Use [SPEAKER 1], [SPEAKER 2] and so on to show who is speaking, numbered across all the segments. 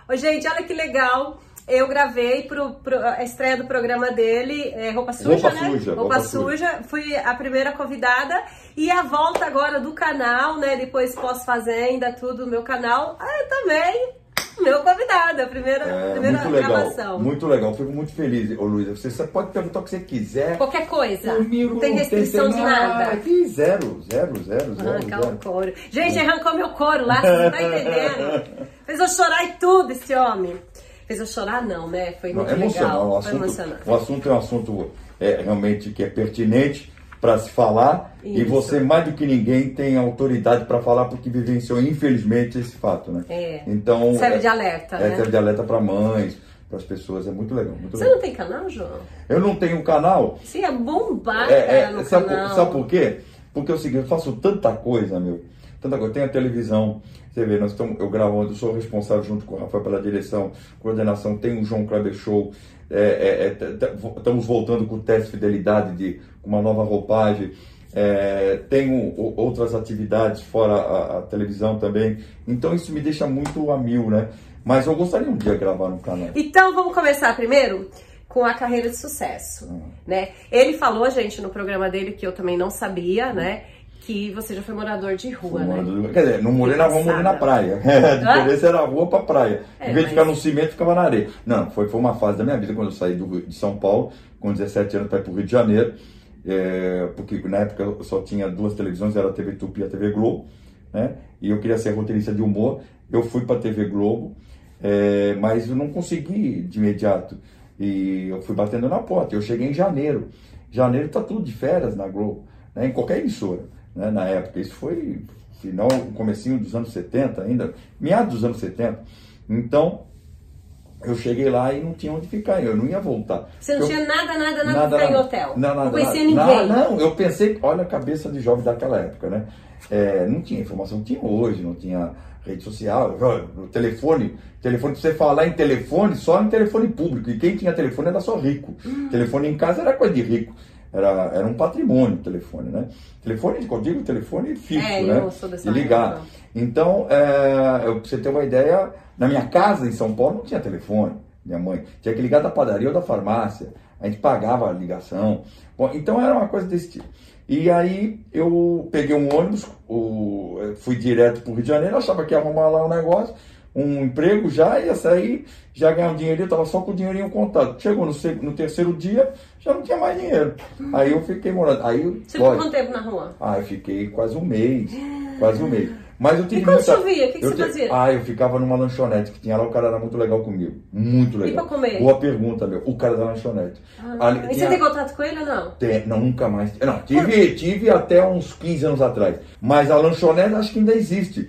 [SPEAKER 1] Ô, gente, olha que legal. Eu gravei a estreia do programa dele, Roupa Suja, né? Roupa Suja. Fui a primeira convidada. E a volta agora do canal, né? Depois pós-fazenda, tudo no meu canal. Também, meu convidado, a primeira
[SPEAKER 2] muito
[SPEAKER 1] gravação.
[SPEAKER 2] Legal, muito legal. Fico muito feliz, ô Luísa. Você pode perguntar o que você quiser.
[SPEAKER 1] Qualquer coisa.
[SPEAKER 2] Comigo,
[SPEAKER 1] não tem restrição de nada.
[SPEAKER 2] Zero.
[SPEAKER 1] Arrancar o couro. Gente, arrancou meu couro lá, você não tá entendendo. Fez eu chorar e tudo, esse homem. Fez eu chorar não, né? Foi muito legal. Foi emocionante.
[SPEAKER 2] O assunto é um assunto realmente que é pertinente para se falar. Isso. E você, mais do que ninguém, tem autoridade para falar porque vivenciou, infelizmente, esse fato, né? Então,
[SPEAKER 1] serve de alerta, né?
[SPEAKER 2] Serve de alerta para mães, para as pessoas. É muito legal.
[SPEAKER 1] Você não tem canal, João? Eu
[SPEAKER 2] não tenho um canal.
[SPEAKER 1] Você ia bombar no canal.
[SPEAKER 2] Sabe por quê? Porque é o seguinte, eu faço tanta coisa, tanta coisa. Tem a televisão, você vê, eu gravando, eu sou responsável junto com o Rafael pela direção, coordenação, tem o João Kleber Show, estamos voltando com o teste de fidelidade, com uma nova roupagem, tenho outras atividades fora a televisão também, então isso me deixa muito a mil, né? Mas eu gostaria um dia de gravar no canal.
[SPEAKER 1] Então vamos começar primeiro com a carreira de sucesso, né? Ele falou, gente, no programa dele, que eu também não sabia, né? Que você já foi morador de rua, né?
[SPEAKER 2] Quer dizer, não morei na rua, morei na praia. A diferença era rua pra praia. Em vez de ficar no cimento, ficava na areia. Não, foi uma fase da minha vida, quando eu saí de São Paulo, com 17 anos, para ir pro Rio de Janeiro. Porque na época eu só tinha duas televisões, era a TV Tupi e a TV Globo, né? E eu queria ser roteirista de humor. Eu fui pra TV Globo, mas eu não consegui de imediato. E eu fui batendo na porta. Eu cheguei em janeiro. Janeiro tá tudo de férias na Globo, né? Em qualquer emissora. Né, na época, isso foi comecinho dos anos 70 ainda, meados dos anos 70. Então, eu cheguei lá e não tinha onde ficar, eu não ia voltar.
[SPEAKER 1] Você não tinha nada pra ficar em hotel? Não conhecia ninguém?
[SPEAKER 2] Não, eu pensei, olha a cabeça de jovem daquela época, né? Não tinha informação que tinha hoje, não tinha rede social, o telefone pra você falar em telefone, só em telefone público, e quem tinha telefone era só rico. Telefone em casa era coisa de rico. Era um patrimônio o telefone, né? Telefone, eu digo telefone fixo, né? De ligar. Então, pra você ter uma ideia, na minha casa em São Paulo não tinha telefone, minha mãe. Tinha que ligar da padaria ou da farmácia. A gente pagava a ligação. Bom, então era uma coisa desse tipo. E aí eu peguei um ônibus, fui direto pro Rio de Janeiro, achava que ia arrumar lá um negócio, um emprego já, ia sair, já ganhar um dinheirinho, tava só com o dinheirinho contado. Chegou no terceiro dia, já não tinha mais dinheiro. Aí eu fiquei morando.
[SPEAKER 1] Você ficou quanto tempo na rua?
[SPEAKER 2] Eu fiquei quase um mês. Mas eu tive
[SPEAKER 1] e quando chovia, o que você fazia?
[SPEAKER 2] Eu ficava numa lanchonete que tinha lá, o cara era muito legal comigo. Muito legal.
[SPEAKER 1] E pra comer?
[SPEAKER 2] Boa pergunta, o cara da lanchonete.
[SPEAKER 1] E você tem contato com ele ou não?
[SPEAKER 2] Não, nunca mais. Não, tive até uns 15 anos atrás. Mas a lanchonete acho que ainda existe.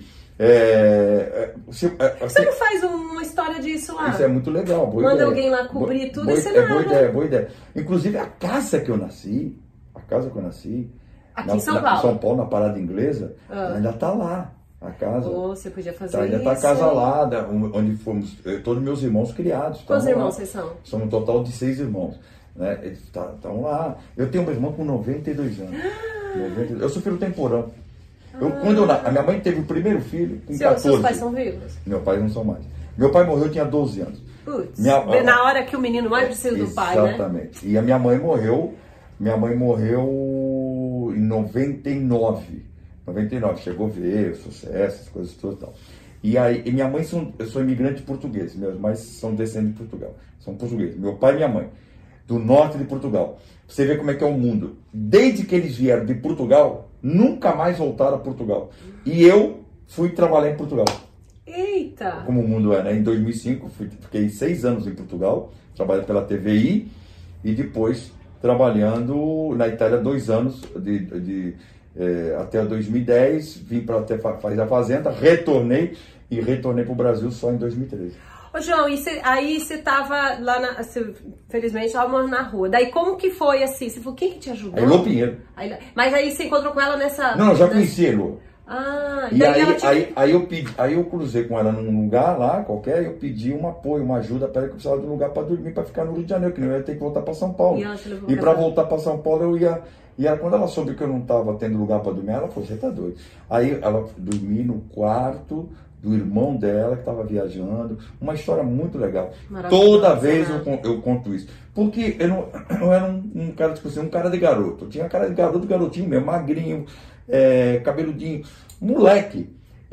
[SPEAKER 1] Você não faz uma história disso lá?
[SPEAKER 2] Isso é muito legal.
[SPEAKER 1] Manda alguém lá cobrir tudo e você nada.
[SPEAKER 2] Boa ideia. Inclusive a casa que eu nasci,
[SPEAKER 1] aqui em São Paulo.
[SPEAKER 2] São Paulo, na Parada Inglesa, ainda tá lá. A casa.
[SPEAKER 1] Você podia fazer
[SPEAKER 2] ainda
[SPEAKER 1] isso.
[SPEAKER 2] Ainda tá acasalada, onde fomos todos meus irmãos criados.
[SPEAKER 1] Quantos irmãos vocês são?
[SPEAKER 2] Somos um total de 6 irmãos. Né? Eles estão lá. Eu tenho um irmão com 92 anos. Eu sofri o temporão. A minha mãe teve o primeiro filho com 14.
[SPEAKER 1] Seus pais são vivos?
[SPEAKER 2] Meus pais não são mais. Meu pai morreu, eu tinha 12 anos.
[SPEAKER 1] Putz, na hora que o menino mais precisa do pai, né?
[SPEAKER 2] Exatamente. E a minha mãe morreu em 99. Chegou a ver sucesso, essas coisas todas e tal. E minha mãe, eu sou imigrante português, meus pais são descendentes de Portugal, são portugueses, meu pai e minha mãe, do norte de Portugal. Você vê como é que é o mundo. Desde que eles vieram de Portugal, nunca mais voltaram a Portugal. E eu fui trabalhar em Portugal.
[SPEAKER 1] Eita!
[SPEAKER 2] Como o mundo é, né? Em 2005, fiquei 6 anos em Portugal, trabalhei pela TVI, e depois trabalhando na Itália 2 anos, até 2010, vim para fazer a Fazenda, retornei para o Brasil só em 2013.
[SPEAKER 1] Ô João, aí você tava lá, felizmente, tava morando na rua. Daí como que foi assim? Você falou, quem que te ajudou?
[SPEAKER 2] A Elô Pinheiro.
[SPEAKER 1] Mas aí você encontrou com ela nessa...
[SPEAKER 2] Não, eu já conhecia a Elô.
[SPEAKER 1] E
[SPEAKER 2] aí eu cruzei com ela num lugar lá, qualquer, eu pedi um apoio, uma ajuda para ela, que eu precisava de um lugar para dormir, para ficar no Rio de Janeiro, que não ia ter que voltar para São Paulo. E para voltar para São Paulo eu ia... E ela, quando ela soube que eu não estava tendo lugar para dormir, ela falou, você tá doido. Aí ela dormi no quarto do irmão dela que estava viajando. Uma história muito legal. Toda vez eu conto isso. Porque eu era um cara, tipo assim, um cara de garoto. Eu tinha cara de garoto, garotinho mesmo, magrinho, cabeludinho, moleque.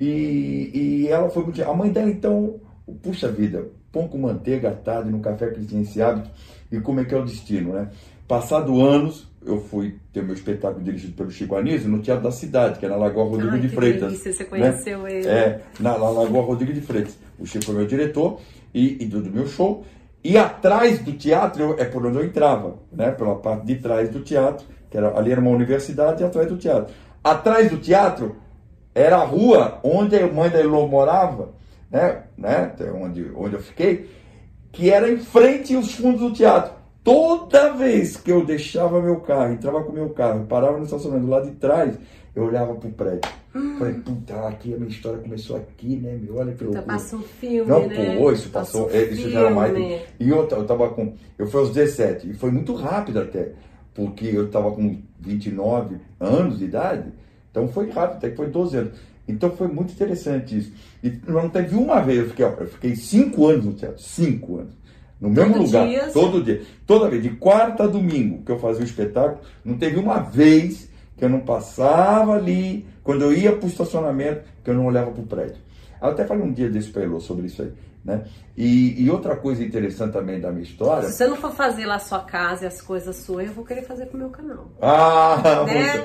[SPEAKER 2] E ela foi muito... A mãe dela, então, puxa vida, pão com manteiga à tarde, no café que eles tinham esse hábito. E como é que é o destino, né? Passado anos, eu fui ter meu espetáculo dirigido pelo Chico Anísio no Teatro da Cidade, que é na Lagoa Rodrigo de Freitas.
[SPEAKER 1] Delícia, você conheceu ele.
[SPEAKER 2] Na Lagoa Rodrigo de Freitas. O Chico foi meu diretor e do meu show. E atrás do teatro é por onde eu entrava, né? Pela parte de trás do teatro, que ali era uma universidade e atrás do teatro. Atrás do teatro era a rua onde a mãe da Elô morava, né? Onde eu fiquei, que era em frente aos fundos do teatro. Toda vez que eu deixava meu carro, entrava com meu carro, parava no estacionamento do lado de trás, eu olhava pro prédio. Falei, puta, aqui a minha história começou aqui, né? Olha que loucura.
[SPEAKER 1] Passa um filme,
[SPEAKER 2] não,
[SPEAKER 1] né?
[SPEAKER 2] Pô, isso passou, isso já era mais... E eu fui aos 17, e foi muito rápido até, porque eu tava com 29 anos de idade, então foi rápido, até que foi 12 anos. Então foi muito interessante isso. E não teve uma vez, eu fiquei 5 anos no teatro, 5 anos. No mesmo lugar, todo dia. Toda vez, de quarta a domingo que eu fazia o espetáculo, não teve uma vez que eu não passava ali, quando eu ia para o estacionamento, que eu não olhava para o prédio. Eu até falei um dia desse para Elô sobre isso aí, né? E outra coisa interessante também da minha história...
[SPEAKER 1] Se você não for fazer lá a sua casa e as coisas suas, eu vou querer fazer pro meu canal.
[SPEAKER 2] Né?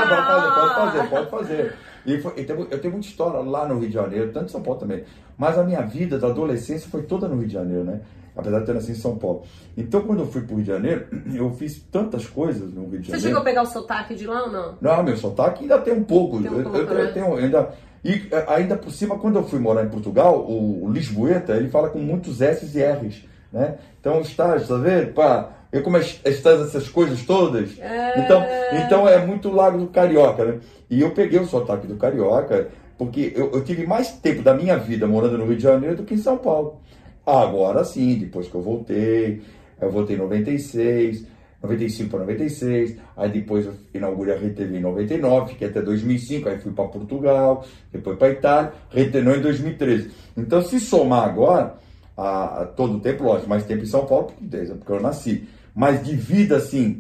[SPEAKER 2] Pode fazer. Eu tenho muita história lá no Rio de Janeiro, tanto em São Paulo também. Mas a minha vida da adolescência foi toda no Rio de Janeiro, né? Apesar de ter nascido em São Paulo. Então, quando eu fui para o Rio de Janeiro, eu fiz tantas coisas no Rio de Janeiro.
[SPEAKER 1] Você chegou a pegar o sotaque de lá ou não?
[SPEAKER 2] Não, meu sotaque ainda tem um pouco.
[SPEAKER 1] Eu
[SPEAKER 2] tenho ainda... E ainda por cima, quando eu fui morar em Portugal, o lisboeta, ele fala com muitos S's e R's, né? Então, estágio, tá vendo? Eu como estágio essas coisas todas. Então é muito Lago do Carioca, né? E eu peguei o sotaque do Carioca, porque eu tive mais tempo da minha vida morando no Rio de Janeiro do que em São Paulo. Agora sim, depois que eu voltei em 96, 95 para 96, aí depois eu inaugurei a RTV em 99, fiquei até 2005, aí fui para Portugal, depois para Itália, retornou em 2013. Então, se somar agora, a todo o tempo, lógico, mais tempo em São Paulo, porque eu nasci, mas de vida assim,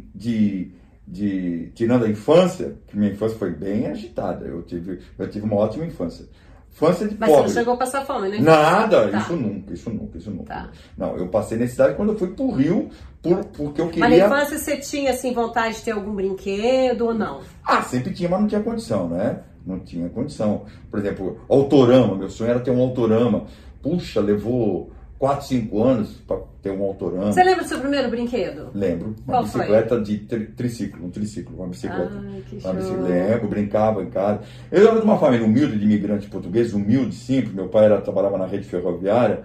[SPEAKER 2] tirando a infância, que minha infância foi bem agitada, eu tive uma ótima infância. Infância de pobre.
[SPEAKER 1] Mas você não chegou a passar fome, né?
[SPEAKER 2] Nada, tá. Isso nunca. Tá. Não, eu passei necessidade quando eu fui pro Rio, porque eu queria...
[SPEAKER 1] Mas na infância você tinha, assim, vontade de ter algum brinquedo ou não?
[SPEAKER 2] Sempre tinha, mas não tinha condição, né? Não tinha condição. Por exemplo, autorama, meu sonho era ter um autorama. Puxa, levou 4, 5 anos para ter um autorama.
[SPEAKER 1] Você lembra do seu primeiro brinquedo?
[SPEAKER 2] Lembro.
[SPEAKER 1] Qual
[SPEAKER 2] bicicleta
[SPEAKER 1] foi?
[SPEAKER 2] De triciclo, uma bicicleta.
[SPEAKER 1] Ai, que
[SPEAKER 2] uma bicicleta. Lembro, brincava em casa. Eu era de uma família humilde, de imigrantes portugueses, humilde, simples. Meu pai trabalhava na rede ferroviária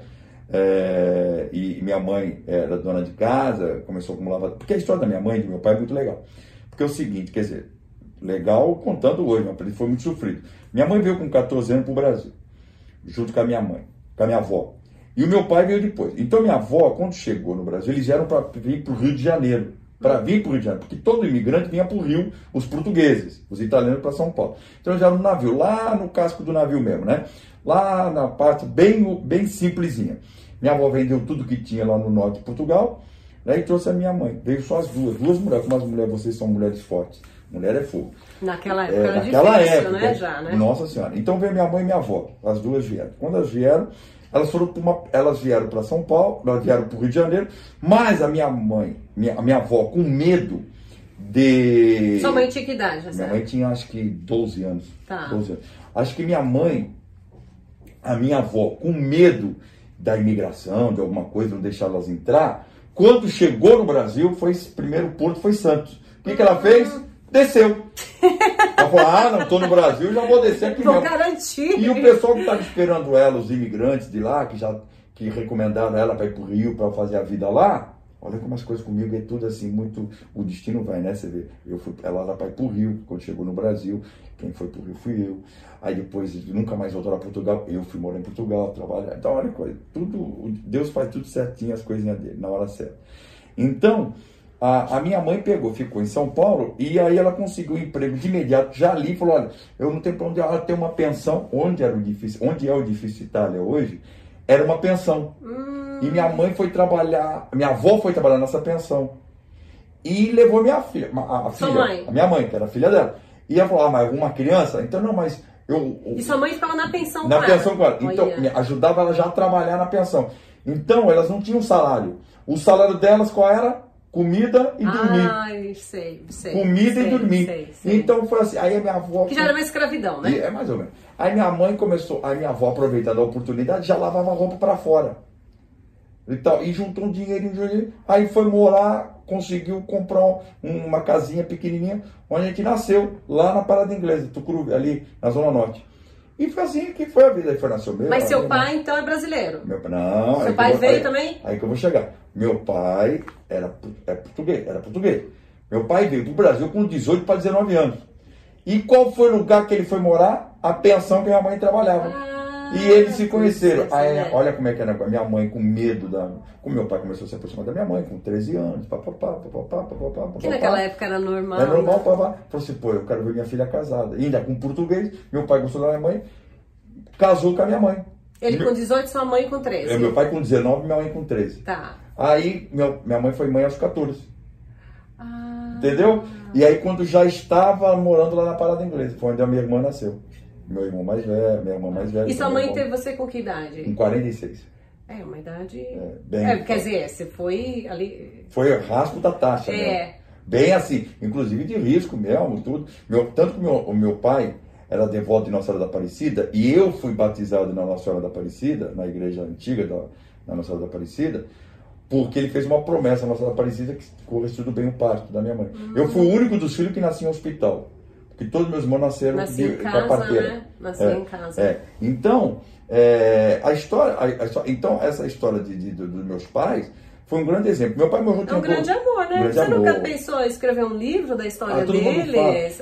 [SPEAKER 2] e minha mãe era dona de casa, começou a acumular... Porque a história da minha mãe e do meu pai é muito legal. Porque é o seguinte, quer dizer, legal contando hoje, mas ele foi muito sofrido. Minha mãe veio com 14 anos para o Brasil, junto com a minha mãe, com a minha avó. E o meu pai veio depois. Então, minha avó, quando chegou no Brasil, eles vieram para vir para o Rio de Janeiro. Para vir para o Rio de Janeiro. Porque todo imigrante vinha para o Rio, os portugueses, os italianos para São Paulo. Então, eles eram no navio, lá no casco do navio mesmo, né? Lá na parte bem simplesinha. Minha avó vendeu tudo que tinha lá no norte de Portugal, né? E trouxe a minha mãe. Veio só as duas mulheres. Como as mulheres, vocês são mulheres fortes. Mulher é fogo.
[SPEAKER 1] Naquela época era difícil, né? Já, né?
[SPEAKER 2] Nossa Senhora. Então, veio minha mãe e minha avó. As duas vieram. Quando elas vieram... Elas vieram para São Paulo, elas vieram para o Rio de Janeiro, mas a minha mãe, minha avó, com medo de...
[SPEAKER 1] Sua mãe tinha que idade?
[SPEAKER 2] Minha mãe tinha, acho que, 12 anos.
[SPEAKER 1] Tá.
[SPEAKER 2] 12 anos. Acho que a minha avó, com medo da imigração, de alguma coisa, não deixar elas entrar, quando chegou no Brasil, primeiro porto foi Santos. O que ela fez? Desceu. Ela falou, não, estou no Brasil, já vou descer aqui
[SPEAKER 1] mesmo.
[SPEAKER 2] Vou
[SPEAKER 1] garantir.
[SPEAKER 2] E o pessoal que estava esperando ela, os imigrantes de lá, que recomendaram ela para ir para o Rio, para fazer a vida lá, olha como as coisas comigo é tudo assim, muito... O destino vai, né? Você vê, ela era para ir para o Rio, quando chegou no Brasil, quem foi para o Rio fui eu. Aí depois, nunca mais voltou a Portugal, eu fui morar em Portugal, trabalhar. Então, olha coisa, tudo, Deus faz tudo certinho, as coisinhas dele, na hora certa. Então... A minha mãe ficou em São Paulo, e aí ela conseguiu um emprego de imediato, já ali, falou, olha, eu não tenho para onde ela ter uma pensão, onde é o edifício Itália hoje, era uma pensão. E minha mãe foi trabalhar, minha avó foi trabalhar nessa pensão. E levou minha filha, a minha mãe, que era a filha dela. E ela falou, mas uma criança? Então não, mas
[SPEAKER 1] E sua mãe ficava na pensão
[SPEAKER 2] com ela? Na pensão com ela. Então, ajudava ela já a trabalhar na pensão. Então, elas não tinham salário. O salário delas qual era? Comida e dormir.
[SPEAKER 1] Ai, sei.
[SPEAKER 2] Comida e dormir. Sei. Então foi assim, aí a minha avó...
[SPEAKER 1] Que já era uma escravidão, né?
[SPEAKER 2] É mais ou menos. Aí minha mãe começou, aí minha avó, aproveitando a oportunidade, já lavava roupa para fora. E juntou um dinheirinho, aí foi morar, conseguiu comprar uma casinha pequenininha, onde a gente nasceu, lá na Parada Inglesa, Tucuruvi, ali na Zona Norte. E foi assim que foi a vida. Aí foi nasceu meu.
[SPEAKER 1] Mas seu pai, então, é brasileiro?
[SPEAKER 2] Não.
[SPEAKER 1] Seu pai veio também?
[SPEAKER 2] Aí que eu vou chegar. Meu pai era português. Meu pai veio pro Brasil com 18 para 19 anos. E qual foi o lugar que ele foi morar? A pensão que minha mãe trabalhava. E eles se conheceram. Aí, olha como é que era. Minha mãe com medo como meu pai começou a se aproximar da minha mãe, com 13 anos.
[SPEAKER 1] Que naquela época era normal.
[SPEAKER 2] Era normal, papá. Falou assim, pô, eu quero ver minha filha casada. E ainda com português, meu pai gostou da minha mãe, casou com a minha mãe.
[SPEAKER 1] Ele com 18, sua mãe com 13.
[SPEAKER 2] Meu pai com 19, minha mãe com 13.
[SPEAKER 1] Tá.
[SPEAKER 2] Aí minha mãe foi mãe aos 14. Entendeu? E aí quando já estava morando lá na Parada Inglesa, foi onde a minha irmã nasceu. Meu irmão mais velho, minha irmã mais velha.
[SPEAKER 1] E sua mãe teve você com que idade?
[SPEAKER 2] Com 46.
[SPEAKER 1] É, uma idade...
[SPEAKER 2] Quer
[SPEAKER 1] dizer, você foi ali...
[SPEAKER 2] Foi raspo da taxa, né? Bem assim, inclusive de risco mesmo, tudo. Tanto que o meu pai era devoto de Nossa Senhora da Aparecida, e eu fui batizado na Nossa Senhora da Aparecida, na igreja antiga da Nossa Senhora da Aparecida, porque ele fez uma promessa à Nossa Senhora da Aparecida que corresse tudo bem o parto da minha mãe. Eu fui o único dos filhos que nasci em hospital. Porque todos meus irmãos nasceram
[SPEAKER 1] com a parteira. Né? Nasci em casa.
[SPEAKER 2] Então, então, essa história dos meus pais foi um grande exemplo. Meu pai morreu...
[SPEAKER 1] É um grande amor, né? Você nunca pensou em escrever um livro da história deles?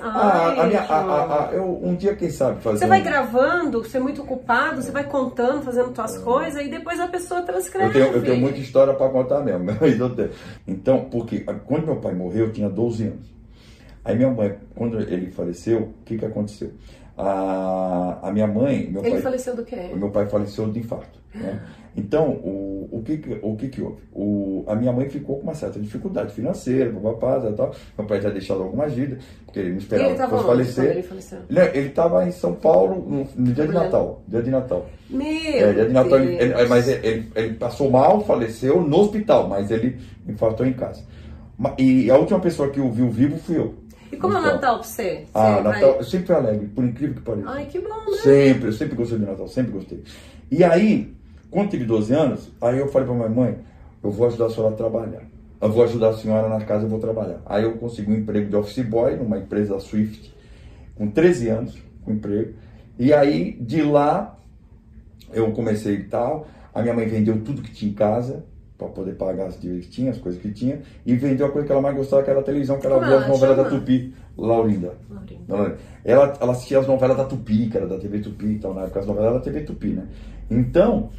[SPEAKER 2] Um dia, quem sabe, fazer...
[SPEAKER 1] Você vai gravando, você é muito ocupado, você vai contando, fazendo suas coisas, e depois a pessoa transcreve.
[SPEAKER 2] Eu tenho muita história para contar mesmo. Então, porque quando meu pai morreu, eu tinha 12 anos. Aí minha mãe, quando ele faleceu, o que aconteceu? A minha mãe...
[SPEAKER 1] Ele faleceu do quê?
[SPEAKER 2] Meu pai faleceu de infarto. Né? Então, o que houve? A minha mãe ficou com uma certa dificuldade financeira, papapá, tal. Meu pai já deixado algumas dívidas, porque ele não esperava que fosse falecer. Ele estava em São Paulo no dia de Natal. Dia de Natal.
[SPEAKER 1] Dia
[SPEAKER 2] de Natal, mas ele passou mal, faleceu no hospital, mas ele infartou em casa. E a última pessoa que o viu vivo fui eu.
[SPEAKER 1] E como é o Natal pra você?
[SPEAKER 2] Natal, eu sempre fui alegre, por incrível que pareça.
[SPEAKER 1] Ai, que bom, né?
[SPEAKER 2] Eu sempre gostei de Natal, sempre gostei. E aí, quando tive 12 anos, aí eu falei pra minha mãe, eu vou ajudar a senhora a trabalhar. Eu vou ajudar a senhora na casa, eu vou trabalhar. Aí eu consegui um emprego de office boy numa empresa Swift, com 13 anos, com emprego. E aí, de lá, eu comecei e tal. A minha mãe vendeu tudo que tinha em casa, para poder pagar as dívidas que tinha, as coisas que tinha, e vendeu a coisa que ela mais gostava, que era a televisão, que ela via as novelas da Tupi, Laurinda. Ela assistia as novelas da Tupi, que era da TV Tupi e tal, na época as novelas da TV Tupi, né? Então,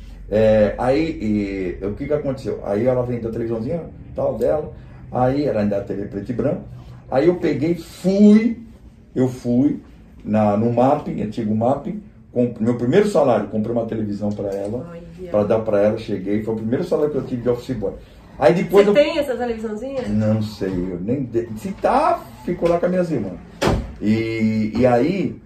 [SPEAKER 2] o que aconteceu? Aí ela vendeu a televisãozinha tal dela, aí era ainda a TV preto e branco, aí eu peguei, eu fui no Mapping, antigo Mapping, com meu primeiro salário, comprei uma televisão para ela, para dar para ela, cheguei, foi o primeiro salário que eu tive de office boy. Aí depois
[SPEAKER 1] Você tem essa televisãozinha?
[SPEAKER 2] Não sei, eu nem se tá, ficou lá com as minhas irmãs. E aí,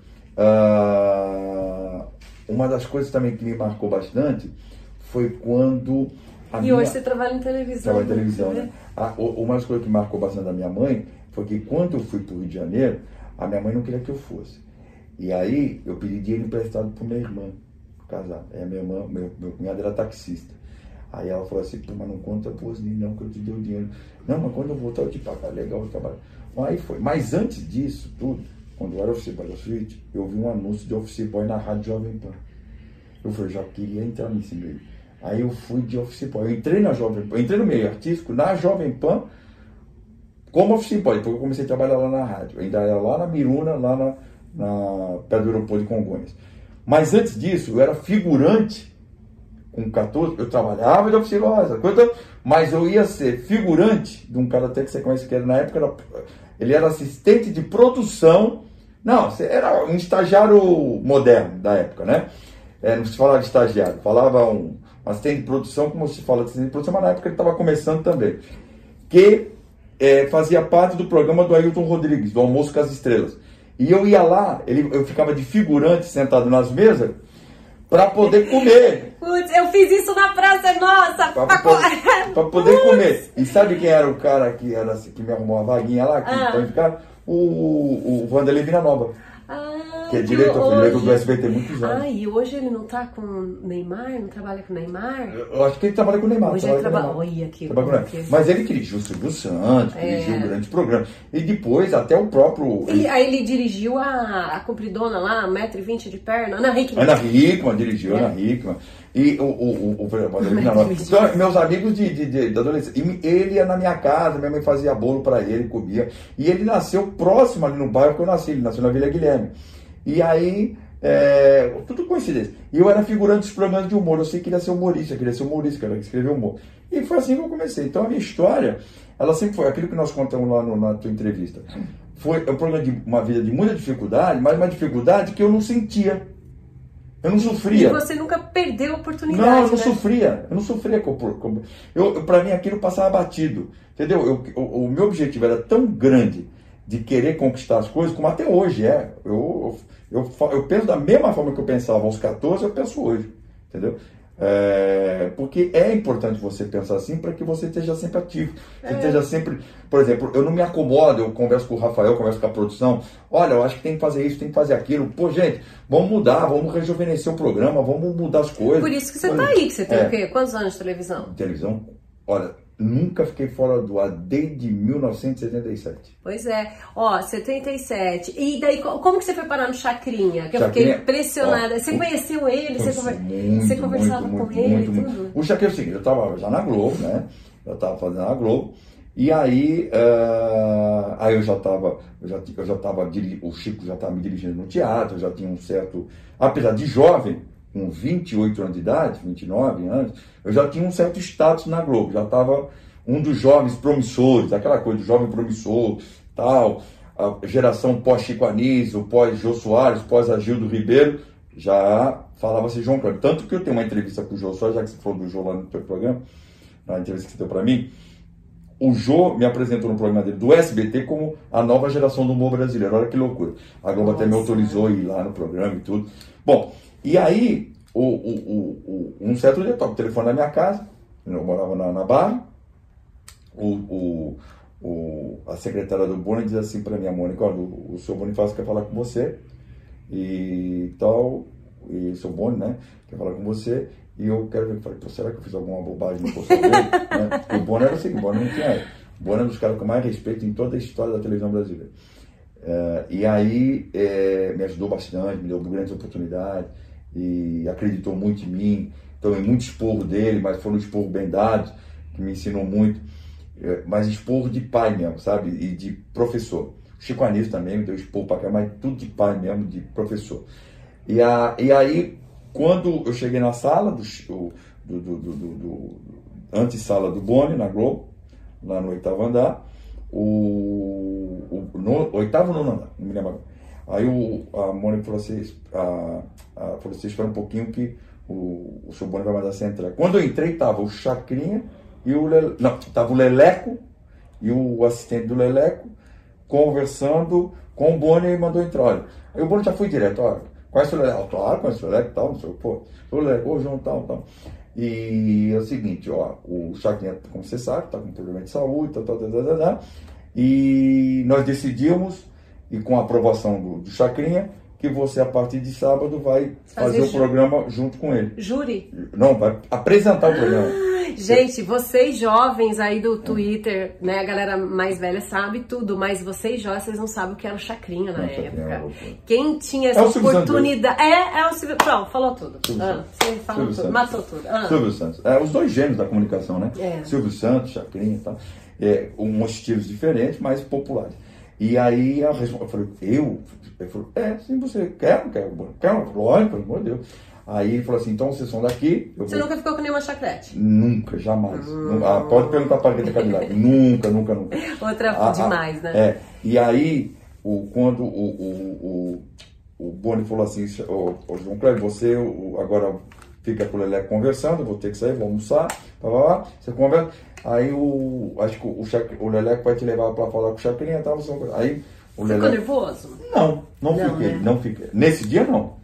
[SPEAKER 2] uma das coisas também que me marcou bastante foi quando
[SPEAKER 1] hoje você trabalha em televisão.
[SPEAKER 2] Trabalho em televisão, né? Uma das coisas que marcou bastante da minha mãe foi que quando eu fui para o Rio de Janeiro, a minha mãe não queria que eu fosse. E aí eu pedi dinheiro emprestado para minha irmã casar. Aí a minha irmã, meu cunhado era taxista. Aí ela falou assim, mas não conta boazinha não, que eu te dei o dinheiro. Não, mas quando eu voltar eu te pagar, legal, eu trabalho. Aí foi. Mas antes disso tudo, quando eu era office boy da Suite, eu vi um anúncio de office boy na Rádio Jovem Pan. Eu falei, já queria entrar nesse meio. Aí eu fui de office boy. Eu entrei na Jovem Pan, entrei no meio artístico, na Jovem Pan, como office boy, porque eu comecei a trabalhar lá na rádio. Eu ainda era lá na Miruna, lá perto do aeroporto de Congonhas. Mas antes disso, eu era figurante com 14, eu trabalhava de office boy, essa coisa, mas eu ia ser figurante de um cara até que você conhece, que era, na época, ele era assistente de produção, não, era um estagiário moderno da época, né? Não se falava de estagiário, falava um assistente de produção, como se fala de assistente de produção, mas na época ele estava começando também, que fazia parte do programa do Ailton Rodrigues, do Almoço com as Estrelas. E eu ia lá, eu ficava de figurante sentado nas mesas, para poder comer.
[SPEAKER 1] Putz, eu fiz isso na Praça Nossa.
[SPEAKER 2] Para poder comer. E sabe quem era o cara que me arrumou uma vaguinha lá? Pra ficar? O Vanderlei Villanova. Que é diretor do SBT muitos anos.
[SPEAKER 1] E hoje ele não tá com o Neymar? Não trabalha com o Neymar?
[SPEAKER 2] Eu acho que ele trabalha com o Neymar.
[SPEAKER 1] Hoje ele trabalha. Olha aqui.
[SPEAKER 2] Mas ele dirigiu o Silvio Santos, dirigiu um grande programa. E depois até o próprio.
[SPEAKER 1] Aí ele dirigiu a compridona lá, 1,20 m de perna, Ana Hickman.
[SPEAKER 2] Ana Hickman, dirigiu Ana Hickman. E o então, meus amigos de adolescência. Ele ia na minha casa, minha mãe fazia bolo para ele, comia. E ele nasceu próximo ali no bairro que eu nasci, ele nasceu na Vila Guilherme. E aí, tudo coincidência. E eu era figurante dos programas de humor, eu sei que queria ser humorista, queria escrever humor. E foi assim que eu comecei. Então a minha história, ela sempre foi aquilo que nós contamos lá na tua entrevista. Foi um programa de uma vida de muita dificuldade, mas uma dificuldade que eu não sentia. Eu não sofria.
[SPEAKER 1] E você nunca perdeu a oportunidade.
[SPEAKER 2] Não, eu não sofria. Eu não sofria. Para mim aquilo passava batido. Entendeu? O meu objetivo era tão grande de querer conquistar as coisas, como até hoje é. Eu penso da mesma forma que eu pensava aos 14, eu penso hoje. Entendeu? Porque é importante você pensar assim para que você esteja sempre ativo. Você esteja sempre... Por exemplo, eu não me acomodo, eu converso com o Rafael, converso com a produção. Olha, eu acho que tem que fazer isso, tem que fazer aquilo. Pô, gente, vamos mudar, vamos rejuvenescer o programa, vamos mudar as coisas.
[SPEAKER 1] Por isso que você tá aí, que você tem o quê? Quantos anos de televisão?
[SPEAKER 2] Televisão, olha... Nunca fiquei fora do ar desde 1977.
[SPEAKER 1] Pois é. 77. E daí, como que você foi parar no Chacrinha? Que eu fiquei impressionada. Você conheceu ele? Você conversava com ele? Tudo?
[SPEAKER 2] O Chacrinha é o seguinte, eu estava já na Globo, né? Eu estava fazendo na Globo. E aí, eu já estava, o Chico já estava me dirigindo no teatro, eu já tinha um certo, apesar de jovem, com 28 anos de idade, 29 anos, eu já tinha um certo status na Globo, já estava um dos jovens promissores, aquela coisa do jovem promissor, tal, a geração pós-Chico Anísio, pós-Jô Soares, pós-Agildo Ribeiro, já falava-se João Kleber. Tanto que eu tenho uma entrevista com o Jô Soares, já que você falou do Jô lá no teu programa, na entrevista que você deu para mim, o Jô me apresentou no programa dele do SBT como a nova geração do humor brasileiro. Olha que loucura. A Globo até me autorizou a ir lá no programa e tudo. Bom, e aí, um certo dia, eu toco o telefone na minha casa, eu morava na Barra, a secretária do Boni diz assim para minha Mônica, olha, o seu Bonifácio quer falar com você, e tal, e o seu Boni, né, quer falar com você, e eu quero ver, falei, será que eu fiz alguma bobagem no posto dele? Né? Porque o Boni era assim, o Boni não tinha, o Boni é um dos caras com mais respeito em toda a história da televisão brasileira. E aí, me ajudou bastante, me deu grandes oportunidades, e acreditou muito em mim, tomei muito esporro dele, mas foi um esporro bem dado, que me ensinou muito, mas esporro de pai mesmo, sabe, e de professor. O Chico Anísio também me deu esporro pra cá, mas tudo de pai mesmo, de professor. E aí, quando eu cheguei na sala, antessala do Boni, na Globo, lá no 8º andar, no 8º ou 9º andar, não me lembro. Aí a Mônica falou assim, espera um pouquinho que o seu Boni vai mandar você entrar. Quando eu entrei, tava o Chacrinha e tava o Leleco e o assistente do Leleco conversando com o Boni e mandou entrar. Olha, aí o Boni já foi direto, olha, conhece o Leleco? Claro, conhece o Leleco e tal, não sei o que, pô, o Leleco, ô João, tal. E é o seguinte, o Chacrinha, como você sabe, tá com problema de saúde, tal, e nós decidimos, e com a aprovação do Chacrinha, que você, a partir de sábado, vai fazer o programa junto com ele.
[SPEAKER 1] Júri?
[SPEAKER 2] Não, vai apresentar o programa.
[SPEAKER 1] Gente, vocês jovens aí do Twitter, né, a galera mais velha sabe tudo, mas vocês jovens, vocês não sabem o que era o Chacrinha na época. Quem tinha essa oportunidade... É o Silvio... Pronto, falou tudo. Você falou tudo, matou tudo.
[SPEAKER 2] Silvio Santos. Os dois gênios da comunicação, né? Silvio Santos, Chacrinha e tal. Uns estilos diferentes, mas populares. E aí eu falei, ele falou, sim, você quer? Lógico, pelo amor de Deus. Aí ele falou assim, então vocês são daqui...
[SPEAKER 1] Você nunca ficou com nenhuma chacrete?
[SPEAKER 2] Nunca, jamais. Pode perguntar para a Rita Cadillac. Nunca.
[SPEAKER 1] Outra demais, né?
[SPEAKER 2] E aí, quando o Boni falou assim, João Cléber, você agora fica com o Leleco conversando, eu vou ter que sair, vou almoçar, você conversa. Aí acho que o Leleco vai te levar para falar com o Chacrinha, tá? Aí
[SPEAKER 1] Ficou nervoso?
[SPEAKER 2] Não fiquei. Nesse dia não.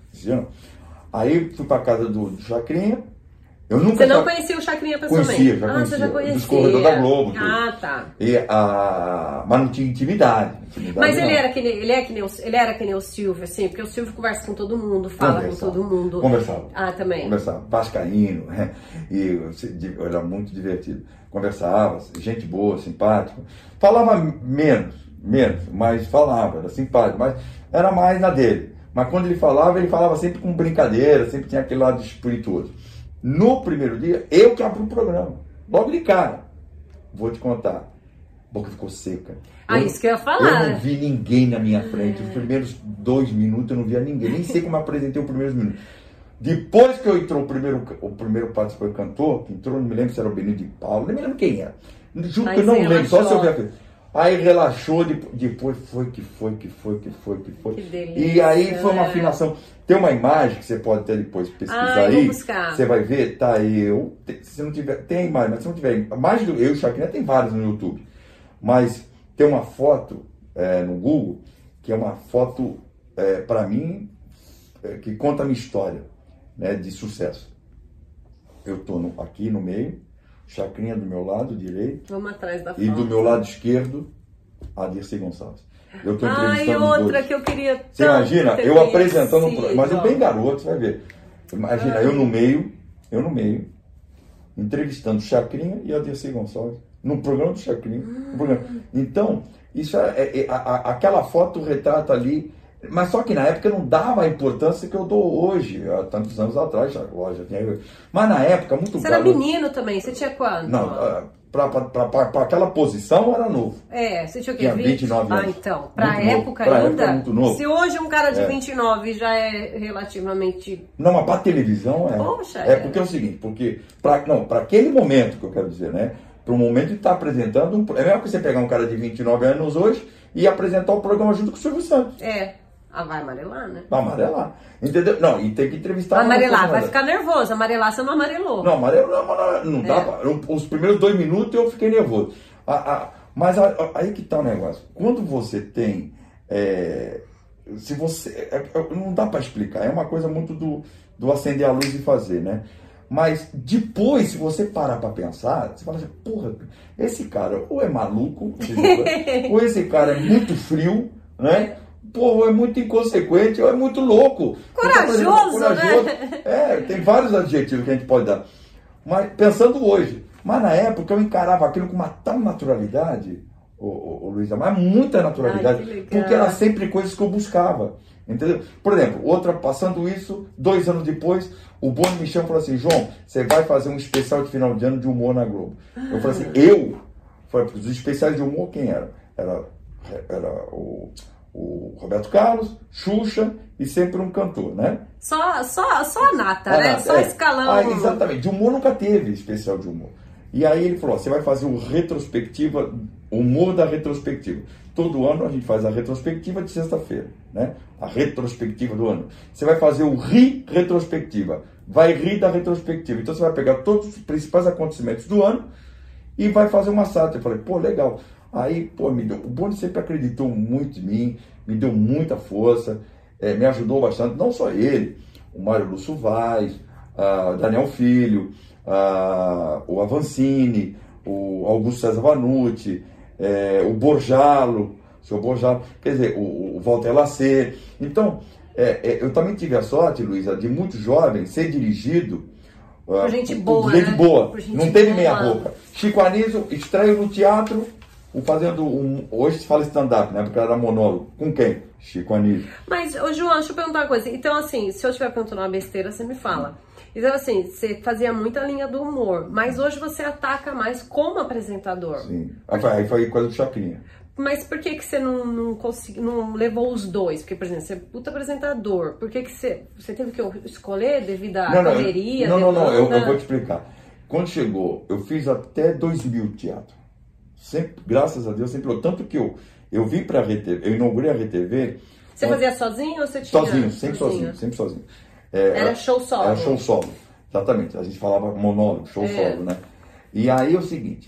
[SPEAKER 2] Aí fui pra casa do Chacrinha.
[SPEAKER 1] Você não conhecia o Chacrinha pessoalmente?
[SPEAKER 2] Conhecia.
[SPEAKER 1] Você já conhecia.
[SPEAKER 2] Dos corredores da Globo.
[SPEAKER 1] Tá.
[SPEAKER 2] Mas não tinha intimidade.
[SPEAKER 1] Mas ele era que nem o Silvio, assim, porque o Silvio conversa com todo mundo, fala com todo mundo.
[SPEAKER 2] Conversava.
[SPEAKER 1] Também.
[SPEAKER 2] Conversava. Vascaíno, né? E era muito divertido. Conversava, gente boa, simpático. Falava menos, mas falava, era simpático, mas era mais na dele. Mas quando ele falava sempre com brincadeira, sempre tinha aquele lado espirituoso. No primeiro dia, eu que abri o programa. Logo de cara. Vou te contar. A boca ficou seca.
[SPEAKER 1] Isso que eu ia falar.
[SPEAKER 2] Eu não vi ninguém na minha frente. Os primeiros 2 minutos eu não via ninguém. Nem sei como eu apresentei os primeiros minutos. Depois que eu entrou, o primeiro participante cantor, que entrou, não me lembro se era o Benito de Paulo, nem me lembro quem era. Juro que eu não lembro, só se eu ver a coisa. Aí relaxou, depois foi. Que
[SPEAKER 1] delícia.
[SPEAKER 2] E aí foi uma afinação. Tem uma imagem que você pode até depois pesquisar aí.
[SPEAKER 1] Vou buscar.
[SPEAKER 2] Você vai ver, tá eu. Se não tiver, tem imagem, mas se não tiver. Mais do eu e o Chacrinha tem vários no YouTube. Mas tem uma foto no Google, que é uma foto, para mim, que conta a minha história, né, de sucesso. Eu tô aqui no meio. Chacrinha do meu lado direito.
[SPEAKER 1] Vamos atrás da foto.
[SPEAKER 2] E do meu lado esquerdo, a Dirceu Gonçalves. Eu tô entrevistando
[SPEAKER 1] outra
[SPEAKER 2] os dois.
[SPEAKER 1] Que eu queria.
[SPEAKER 2] Você imagina, eu apresentando um programa, mas eu bem garoto, você vai ver. Imagina, eu no meio, entrevistando Chacrinha e a Dirceu Gonçalves. No programa do Chacrinha. Então, isso aquela foto retrata ali. Mas só que na época eu não dava a importância que eu dou hoje, há tantos anos atrás, já tinha. Mas na época, muito
[SPEAKER 1] Você era menino também, você tinha quanto?
[SPEAKER 2] Não, para aquela posição era novo.
[SPEAKER 1] Você tinha o quê?
[SPEAKER 2] Tinha 29 anos.
[SPEAKER 1] Então, pra
[SPEAKER 2] muito
[SPEAKER 1] época
[SPEAKER 2] novo.
[SPEAKER 1] ainda.
[SPEAKER 2] Época, muito novo.
[SPEAKER 1] Se hoje um cara de 29 já é relativamente.
[SPEAKER 2] Não, mas pra televisão é.
[SPEAKER 1] Poxa,
[SPEAKER 2] porque é o seguinte, para aquele momento que eu quero dizer, né? Para o momento de estar apresentando. É melhor que você pegar um cara de 29 anos hoje e apresentar o programa junto com o Silvio Santos.
[SPEAKER 1] Vai amarelar, né?
[SPEAKER 2] Vai amarelar. Entendeu? Não, e tem que entrevistar...
[SPEAKER 1] Amarelar, vai ficar nervoso. Amarelar, você não amarelou.
[SPEAKER 2] Não, não dá pra... Os primeiros 2 minutos eu fiquei nervoso. Mas aí que tá o negócio. Quando você tem... se você... não dá pra explicar. É uma coisa muito do acender a luz e fazer, né? Mas depois, se você parar pra pensar, você fala assim, porra, esse cara ou é maluco, ou esse cara é muito frio, né? Pô, é muito inconsequente, ou é muito louco.
[SPEAKER 1] Corajoso, né?
[SPEAKER 2] Tem vários adjetivos que a gente pode dar. Mas pensando hoje. Mas na época eu encarava aquilo com uma tal naturalidade, Luísa, mas muita naturalidade, porque era sempre coisas que eu buscava. Entendeu? Por exemplo, passando isso, 2 anos depois, o Boni me chama e falou assim, João, você vai fazer um especial de final de ano de humor na Globo. Eu falei assim, os especiais de humor quem era? Era o Roberto Carlos, Xuxa e sempre um cantor, né?
[SPEAKER 1] Só a nata, né? Só escalão.
[SPEAKER 2] Exatamente. De humor nunca teve especial de humor. E aí ele falou, você vai fazer o humor da retrospectiva. Todo ano a gente faz a retrospectiva de sexta-feira, né? A retrospectiva do ano. Você vai fazer o retrospectiva. Vai rir da retrospectiva. Então você vai pegar todos os principais acontecimentos do ano e vai fazer uma sátira. Eu falei, pô, legal. Aí, o Boni sempre acreditou muito em mim, me deu muita força, me ajudou bastante, não só ele, o Mário Lúcio Vaz, Daniel Filho, o Avancini, o Augusto César Vanucci, o Borjalo, o senhor Borjalo, quer dizer, o Walter Lacer. Então, eu também tive a sorte, Luísa, de muito jovem ser dirigido
[SPEAKER 1] por gente boa,
[SPEAKER 2] gente
[SPEAKER 1] né?
[SPEAKER 2] boa.
[SPEAKER 1] Gente
[SPEAKER 2] não teve
[SPEAKER 1] boa.
[SPEAKER 2] meia boca. Chico Anísio, estreio no teatro, hoje se fala stand-up, né? Porque era monólogo. Com quem? Chico Anísio.
[SPEAKER 1] Mas, João, deixa eu perguntar uma coisa. Então, assim, se eu estiver perguntando uma besteira, você me fala. Então, assim, você fazia muita linha do humor, mas hoje você ataca mais como apresentador.
[SPEAKER 2] Sim. Aí foi coisa do Chacrinha.
[SPEAKER 1] Mas por que você não levou os dois? Porque, por exemplo, você é puta apresentador. Por que você teve que escolher devido à correria?
[SPEAKER 2] Não, eu vou te explicar. Quando chegou, eu fiz até 2000 teatro. Sempre, graças a Deus, sempre. Tanto que eu vim pra RTV, eu inaugurei a RTV.
[SPEAKER 1] Você fazia sozinho ou você tinha?
[SPEAKER 2] Sozinho, sempre sozinho.
[SPEAKER 1] Era show solo?
[SPEAKER 2] Era show solo, exatamente. A gente falava monólogo, show solo, né? E aí é o seguinte,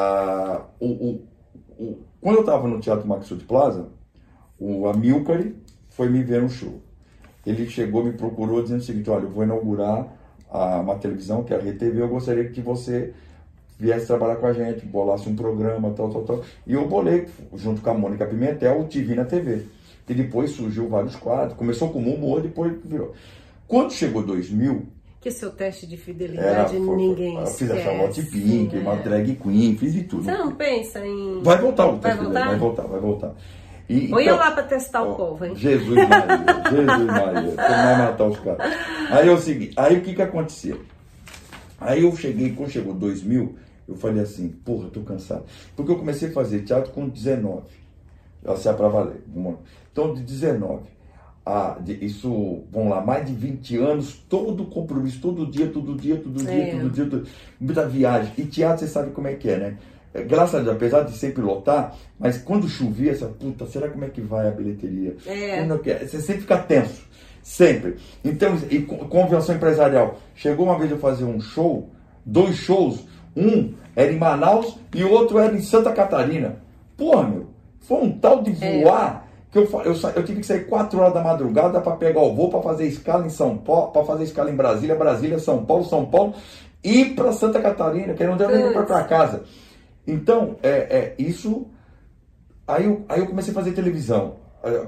[SPEAKER 2] quando eu estava no Teatro Maxud Plaza, o Amilcar foi me ver no show. Ele chegou, me procurou dizendo o seguinte, olha, eu vou inaugurar uma televisão, que é a RTV, eu gostaria que você viesse trabalhar com a gente, bolasse um programa, tal. E eu bolei, junto com a Mônica Pimentel, o TV na TV. E depois surgiu vários quadros, começou com humor, depois virou. Quando chegou 2000...
[SPEAKER 1] Que seu teste de fidelidade ninguém esquece.
[SPEAKER 2] Eu fiz a Charlotte Pink, uma drag queen, fiz de tudo.
[SPEAKER 1] Você não pensa em...
[SPEAKER 2] Vai voltar o teste dele, vai voltar.
[SPEAKER 1] Ou ia lá para testar o povo, hein?
[SPEAKER 2] Jesus Maria, você vai matar os caras. Aí é o seguinte, aí o que aconteceu? Aí eu cheguei, quando chegou 2000, eu falei assim, porra, tô cansado. Porque eu comecei a fazer teatro com 19, assim, pra valer. Então, de 19... isso, vamos lá, mais de 20 anos, todo compromisso, todo dia, muita viagem. E teatro, você sabe como é que é, né? Graças a Deus, apesar de sempre lotar, mas quando chovia, essa puta, será como é que vai a bilheteria? Você sempre fica tenso, sempre. Então, e convenção empresarial. Chegou uma vez eu fazer um show, 2 shows, um era em Manaus e o outro era em Santa Catarina. Porra, meu, foi um tal de voar. Eu tive que sair 4 horas da madrugada para pegar o voo, para fazer escala em São Paulo, para fazer escala em Brasília, São Paulo, e para Santa Catarina, que não deu nem para casa. Então, isso... Aí eu comecei a fazer televisão,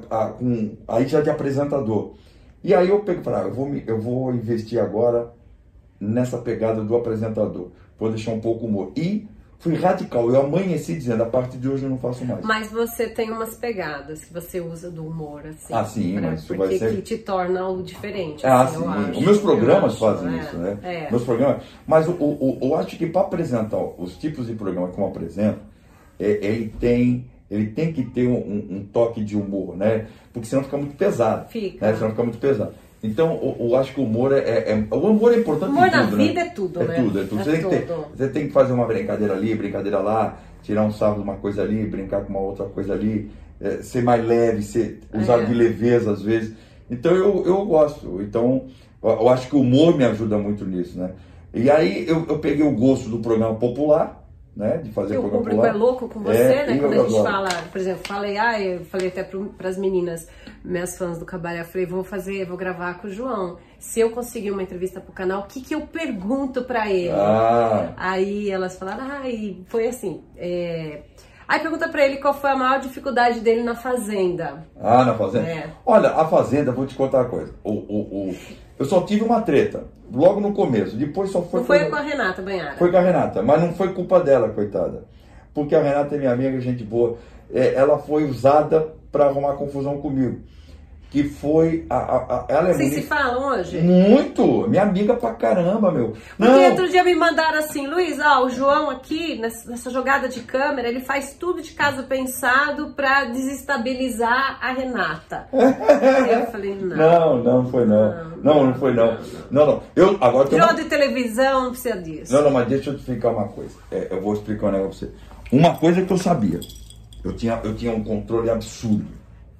[SPEAKER 2] aí já de apresentador. E aí eu peguei e falei, eu vou investir agora nessa pegada do apresentador. Vou deixar um pouco o humor. E fui radical, eu amanheci dizendo, a partir de hoje eu não faço mais.
[SPEAKER 1] Mas você tem umas pegadas que você usa do humor, assim.
[SPEAKER 2] Sim, mas isso
[SPEAKER 1] vai ser... que te torna o diferente, assim, eu acho.
[SPEAKER 2] Os meus programas fazem isso, né? Meus programas. Mas eu acho que para apresentar os tipos de programa que eu apresento, ele tem que ter um toque de humor, né? Porque senão fica muito pesado.
[SPEAKER 1] Né?
[SPEAKER 2] Senão fica muito pesado. Então, eu acho que o humor o humor é importante.
[SPEAKER 1] O humor na
[SPEAKER 2] tudo,
[SPEAKER 1] vida
[SPEAKER 2] né?
[SPEAKER 1] é tudo,
[SPEAKER 2] né? Você tem que fazer uma brincadeira ali, brincadeira lá, tirar um sarro de uma coisa ali, brincar com uma outra coisa ali, ser mais leve, usar de leveza às vezes. Então, eu gosto. Então, eu acho que o humor me ajuda muito nisso, né? E aí, eu peguei o gosto do programa popular, né, de fazer programa
[SPEAKER 1] popular. O público é louco com você, né? Quando a gente fala, por exemplo, eu falei até para as meninas, minhas fãs do Cabaré, eu falei, vou gravar com o João. Se eu conseguir uma entrevista pro canal, o que eu pergunto para ele? Aí elas falaram, foi assim. Aí pergunta pra ele qual foi a maior dificuldade dele na Fazenda.
[SPEAKER 2] Na Fazenda? Olha, a Fazenda, vou te contar uma coisa. Eu só tive uma treta, logo no começo. Depois só foi...
[SPEAKER 1] Não foi com a Renata Banhara?
[SPEAKER 2] Foi com a Renata, mas não foi culpa dela, coitada. Porque a Renata é minha amiga, gente boa. Ela foi usada para arrumar confusão comigo. Que foi ela é
[SPEAKER 1] Vocês se falam hoje?
[SPEAKER 2] Muito! Minha amiga pra caramba, meu.
[SPEAKER 1] Porque outro dia me mandaram assim, Luiz, o João aqui, nessa jogada de câmera, ele faz tudo de caso pensado pra desestabilizar a Renata. Aí eu falei,
[SPEAKER 2] não foi não. Não foi não. Não.
[SPEAKER 1] Jogo de televisão, não precisa disso.
[SPEAKER 2] Não, mas deixa eu te explicar uma coisa. Eu vou explicar um negócio pra você. Uma coisa que eu sabia. Eu tinha um controle absurdo.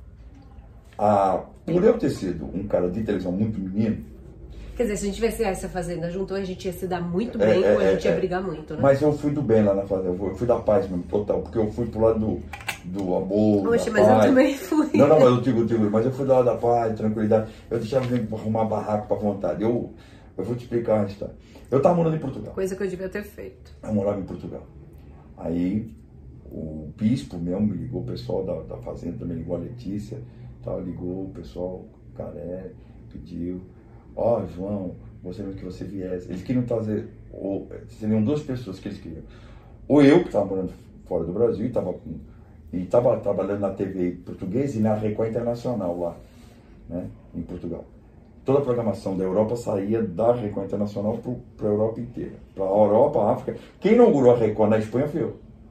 [SPEAKER 2] Por eu ter sido um cara de televisão muito menino...
[SPEAKER 1] Quer dizer, se a gente tivesse essa Fazenda junto, a gente ia se dar muito bem ou a gente ia brigar muito, né?
[SPEAKER 2] Mas eu fui do bem lá na Fazenda, eu fui da paz mesmo, total, porque eu fui pro lado do amor,
[SPEAKER 1] Oxe,
[SPEAKER 2] da
[SPEAKER 1] mas
[SPEAKER 2] paz.
[SPEAKER 1] Eu também fui.
[SPEAKER 2] Não, mas eu digo, mas eu fui do lado da paz, tranquilidade. Eu deixava de arrumar barraco pra vontade. Eu vou te explicar uma história. Eu tava morando em Portugal.
[SPEAKER 1] Coisa que eu devia ter feito.
[SPEAKER 2] Eu morava em Portugal. Aí o bispo mesmo me ligou, o pessoal da Fazenda me ligou, a Letícia, ligou o pessoal, o Caré, pediu, João, gostaria que você viesse. Eles queriam trazer, seriam 2 pessoas que eles queriam. Ou eu, que estava morando fora do Brasil, e estava trabalhando na TV portuguesa e na Record Internacional lá, né, em Portugal. Toda a programação da Europa saía da Record Internacional para a Europa inteira. Para a Europa, a África. Quem inaugurou a Record na Espanha foi eu.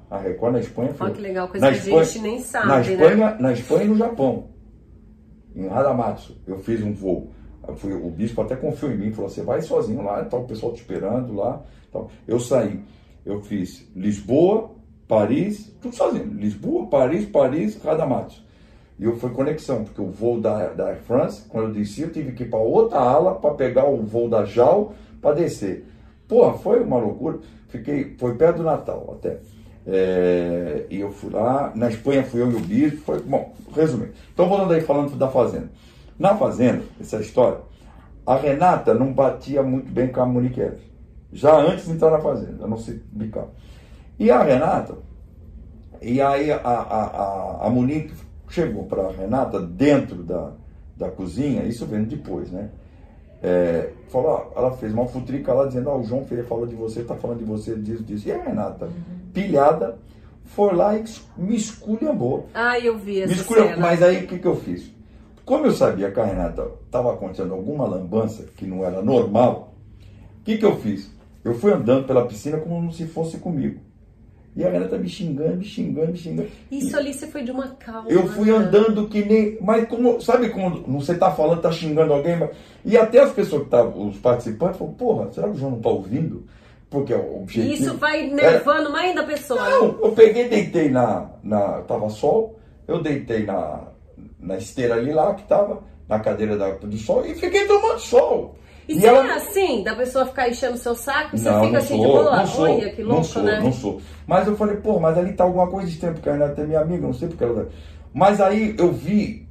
[SPEAKER 2] A Record na Espanha foi.
[SPEAKER 1] Olha que legal, coisa que a gente nem sabe,
[SPEAKER 2] Na Espanha e no Japão. Em Haramatsu, eu fiz um voo. O bispo até confiou em mim, falou, você vai sozinho lá, tá o pessoal te esperando lá. Tal. Eu saí, eu fiz Lisboa, Paris, tudo sozinho. Lisboa, Paris, Haramatsu. E eu fui conexão, porque o voo da Air France, quando eu desci, eu tive que ir para outra ala para pegar o voo da JAL para descer. Porra, foi uma loucura. Foi perto do Natal até. E eu fui lá, na Espanha fui eu e o bispo, foi, bom, resumindo. Então voltando aí falando da Fazenda. Na Fazenda, essa história, a Renata não batia muito bem com a Monique Evers. Já antes de entrar na Fazenda, não se bicava. E a Renata, e aí a Monique chegou para a Renata dentro da cozinha, isso vendo depois, né? Falou, ela fez uma futrica lá dizendo, o João Ferreira falou de você, tá falando de você, disso. E a Renata, pilhada, foi lá e me esculhambou.
[SPEAKER 1] Eu vi essa cena.
[SPEAKER 2] Mas aí o que eu fiz? Como eu sabia que a Renata estava acontecendo alguma lambança que não era normal, o que eu fiz? Eu fui andando pela piscina como se fosse comigo. E a Renata me xingando.
[SPEAKER 1] Isso ali você foi de uma calma.
[SPEAKER 2] Eu fui andando que nem... Mas como, sabe quando você tá falando, tá xingando alguém? E até as pessoas que estavam, os participantes, falaram, porra, será que o João não tá ouvindo? Porque o objetivo...
[SPEAKER 1] Isso vai nervando mais da pessoa.
[SPEAKER 2] Não, eu peguei, deitei tava sol, eu deitei na esteira ali lá, que tava, na cadeira do sol, e fiquei tomando sol.
[SPEAKER 1] E você ela... é assim, da pessoa ficar enchendo o seu saco, você fica assim de boa? Olha, que louco, né?
[SPEAKER 2] Não sou. Mas eu falei, pô, mas ali tá alguma coisa de tempo, porque a Renata é minha amiga, não sei porque ela... Mas aí eu vi,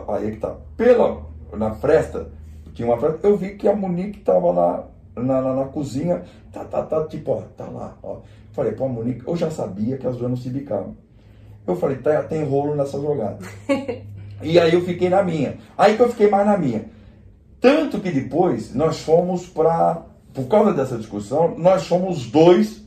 [SPEAKER 2] na fresta, tinha uma fresta, eu vi que a Monique tava lá na cozinha, tipo, ó, tá lá, ó. Falei, pô, a Monique, eu já sabia que as duas não se bicavam. Eu falei, tem rolo nessa jogada. E aí eu fiquei na minha. Aí que eu fiquei mais na minha. Tanto que depois nós fomos por causa dessa discussão, nós fomos dois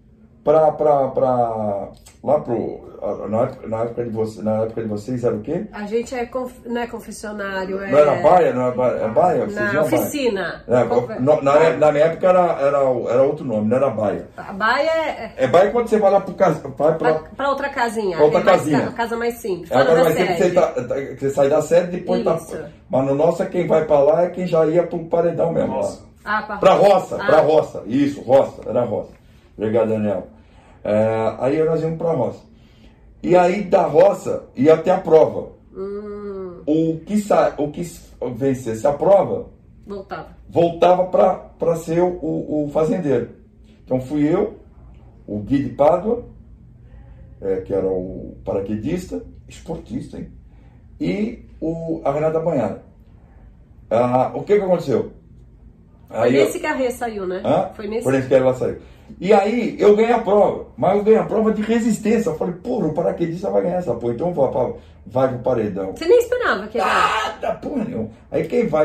[SPEAKER 2] lá na época de vocês era o quê?
[SPEAKER 1] A gente não é confessionário,
[SPEAKER 2] Não era Baia? Não é Baia?
[SPEAKER 1] Na oficina.
[SPEAKER 2] Na minha época era outro nome, não era Baia.
[SPEAKER 1] A Baia
[SPEAKER 2] é Baia quando você vai lá
[SPEAKER 1] para outra casinha.
[SPEAKER 2] Pra outra casinha.
[SPEAKER 1] A casa mais simples.
[SPEAKER 2] É a casa mais simples que você sai da sede e depois Mas no nosso, quem vai pra lá é quem já ia pro paredão mesmo. Roça. Pra roça. Isso, roça. Era roça. Obrigado, Daniel. Aí nós íamos pra roça. E aí da roça ia até a prova. O que vencesse a prova voltava para ser o fazendeiro. Então fui eu, o Gui de Pádua, que era o paraquedista, esportista, hein? E a Renata Banhara. O que aconteceu?
[SPEAKER 1] Foi nesse que a Rê saiu, né?
[SPEAKER 2] Foi nesse que ela saiu. E aí eu ganhei a prova, mas eu ganhei a prova de resistência. Eu falei, porra, o paraquedista vai ganhar essa porra, então vai pro paredão.
[SPEAKER 1] Você nem esperava que
[SPEAKER 2] era? Porra nenhuma. Aí quem vai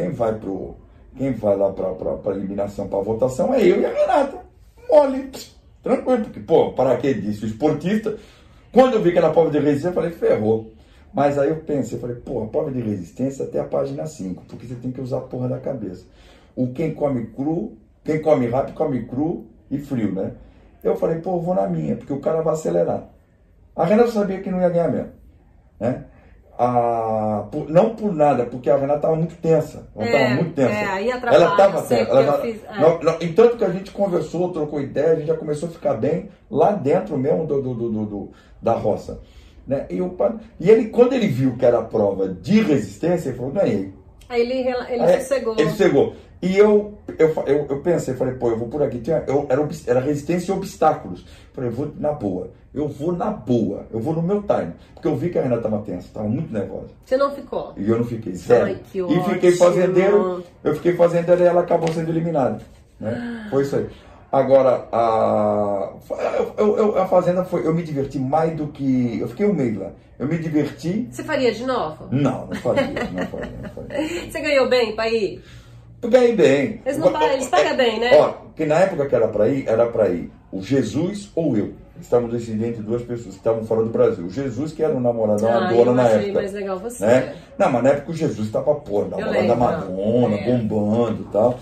[SPEAKER 2] lá pra eliminação, pra votação, é eu e a Renata. Mole, tranquilo, porque, pô, paraquedista, esportista. Quando eu vi que era prova de resistência, eu falei, ferrou. Mas aí eu pensei, falei, porra, prova de resistência até a página 5, porque você tem que usar a porra da cabeça. Quem come rápido, come cru e frio, né? Eu falei, pô, eu vou na minha, porque o cara vai acelerar. A Renata sabia que não ia ganhar mesmo, né? Não por nada, porque a Renata estava muito tensa. Ela estava muito tensa.
[SPEAKER 1] Aí atrapalha,
[SPEAKER 2] ela estava tensa. E tanto que a gente conversou, trocou ideia, a gente já começou a ficar bem lá dentro mesmo da roça. Né? E ele, quando ele viu que era a prova de resistência, ele falou, ganhei.
[SPEAKER 1] Aí ele sossegou.
[SPEAKER 2] Ele sossegou. E eu pensei, falei, pô, eu vou por aqui. Era resistência e obstáculos. Falei, eu vou na boa. Eu vou no meu time. Porque eu vi que a Renata estava tensa, estava muito nervosa.
[SPEAKER 1] Você não ficou?
[SPEAKER 2] E eu não fiquei, zero.
[SPEAKER 1] Ai, que
[SPEAKER 2] ótimo. E fiquei fazendeiro, e ela acabou sendo eliminada. Né? Foi isso aí. Agora, a Fazenda eu me diverti mais do que... Eu fiquei um mês lá. Eu me diverti...
[SPEAKER 1] Você faria de novo?
[SPEAKER 2] Não faria.
[SPEAKER 1] Você ganhou bem pra ir?
[SPEAKER 2] Eu ganhei bem.
[SPEAKER 1] Eles pagam bem, né?
[SPEAKER 2] Ó, que na época que era pra ir o Jesus ou eu. Estávamos decidindo entre duas pessoas que estavam fora do Brasil. O Jesus, que era um namoradão, uma dona na época.
[SPEAKER 1] Mais legal você.
[SPEAKER 2] Né? Não, mas na época o Jesus estava, namorando da Madonna, bombando e tal.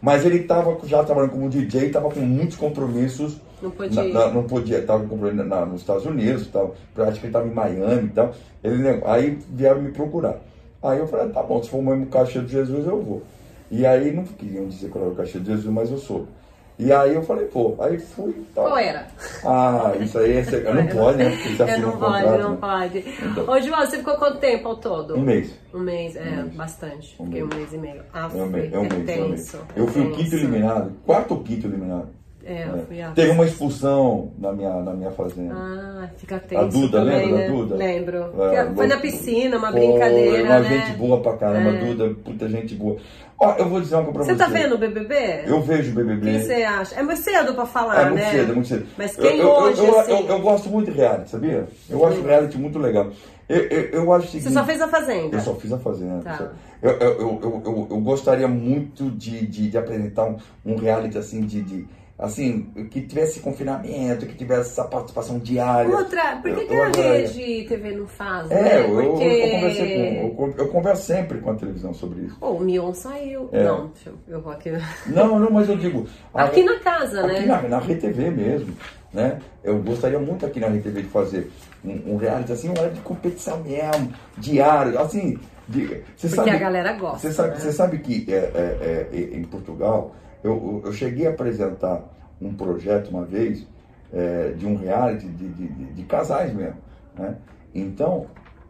[SPEAKER 2] Mas ele estava já trabalhando como DJ, estava com muitos compromissos.
[SPEAKER 1] Não podia.
[SPEAKER 2] Não podia, estava com compromisso nos Estados Unidos, acho que ele estava em Miami e tal. Aí vieram me procurar. Aí eu falei, tá bom, se for o mesmo cachê de Jesus, eu vou. E aí não queriam dizer que eu era o cachê de Jesus, mas eu sou. E aí eu falei, pô, aí fui e tal.
[SPEAKER 1] Qual era?
[SPEAKER 2] Isso aí, não pode, né?
[SPEAKER 1] Não pode. Então. Ô, João, você ficou quanto tempo ao todo?
[SPEAKER 2] Um mês.
[SPEAKER 1] Um mês, bastante. Fiquei um mês e meio.
[SPEAKER 2] Um mês. Eu fui o quinto eliminado, quarto ou quinto eliminado.
[SPEAKER 1] Eu fui
[SPEAKER 2] Teve uma expulsão na minha fazenda.
[SPEAKER 1] Fica tenso.
[SPEAKER 2] A Duda,
[SPEAKER 1] também,
[SPEAKER 2] lembra
[SPEAKER 1] né?
[SPEAKER 2] da Duda?
[SPEAKER 1] Lembro. Foi na piscina, uma brincadeira.
[SPEAKER 2] Uma
[SPEAKER 1] né?
[SPEAKER 2] gente boa pra caramba, Duda, puta gente boa. Ó, eu vou dizer uma coisa pra você.
[SPEAKER 1] Você tá vendo o BBB?
[SPEAKER 2] Eu vejo o BBB.
[SPEAKER 1] O que você acha? É muito cedo pra falar,
[SPEAKER 2] né? É muito cedo.
[SPEAKER 1] Mas quem hoje,
[SPEAKER 2] eu gosto muito de reality, sabia? Eu acho reality muito legal. Eu acho o seguinte...
[SPEAKER 1] Você só fez a Fazenda?
[SPEAKER 2] Eu só fiz a Fazenda.
[SPEAKER 1] Tá.
[SPEAKER 2] Eu gostaria muito de apresentar um reality assim, assim, que tivesse confinamento, que tivesse essa participação diária.
[SPEAKER 1] Por que a rede TV não faz, né?
[SPEAKER 2] Eu converso sempre com a televisão sobre isso.
[SPEAKER 1] O Mion saiu. Não, eu vou aqui.
[SPEAKER 2] Não, mas eu digo...
[SPEAKER 1] Aqui na casa,
[SPEAKER 2] aqui
[SPEAKER 1] né?
[SPEAKER 2] Na Rede TV mesmo, né? Eu gostaria muito aqui na Rede TV de fazer um reality, assim, um reality de competição mesmo, diário, assim...
[SPEAKER 1] Porque a galera gosta.
[SPEAKER 2] Você sabe que em Portugal... Eu cheguei a apresentar um projeto uma vez de um reality de casais mesmo, né? Então,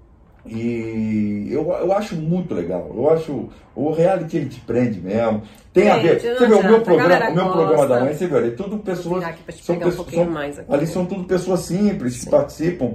[SPEAKER 2] eu acho muito legal. Eu acho o reality ele te prende mesmo. Tem a ver. Você vê o meu programa da manhã, você vê, é tudo pessoas. Ali são tudo pessoas simples que participam.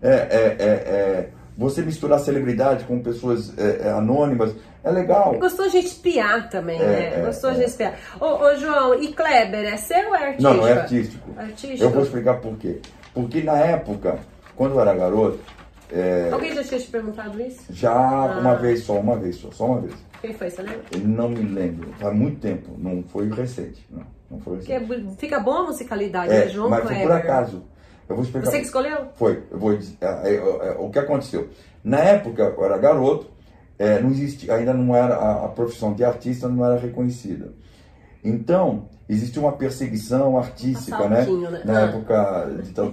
[SPEAKER 2] Você misturar celebridade com pessoas anônimas, é legal.
[SPEAKER 1] Gostou de espiar também, né? Gostou de espiar. Ô, João, e Kleber, é seu ou é artístico?
[SPEAKER 2] Não, é artístico. Eu vou explicar por quê. Porque na época, quando eu era garoto...
[SPEAKER 1] Alguém já tinha te perguntado isso?
[SPEAKER 2] Já uma vez só.
[SPEAKER 1] Quem foi, você lembra?
[SPEAKER 2] Eu não me lembro, faz muito tempo, não foi recente. Não foi recente.
[SPEAKER 1] Porque fica boa a musicalidade, né, João
[SPEAKER 2] mas
[SPEAKER 1] Kleber?
[SPEAKER 2] foi por acaso. Eu vou explicar.
[SPEAKER 1] Você que escolheu?
[SPEAKER 2] Foi. Eu vou dizer, o que aconteceu. Na época, eu era garoto, não existia, ainda não era, a profissão de artista não era reconhecida. Então, existia uma perseguição artística, né? Na época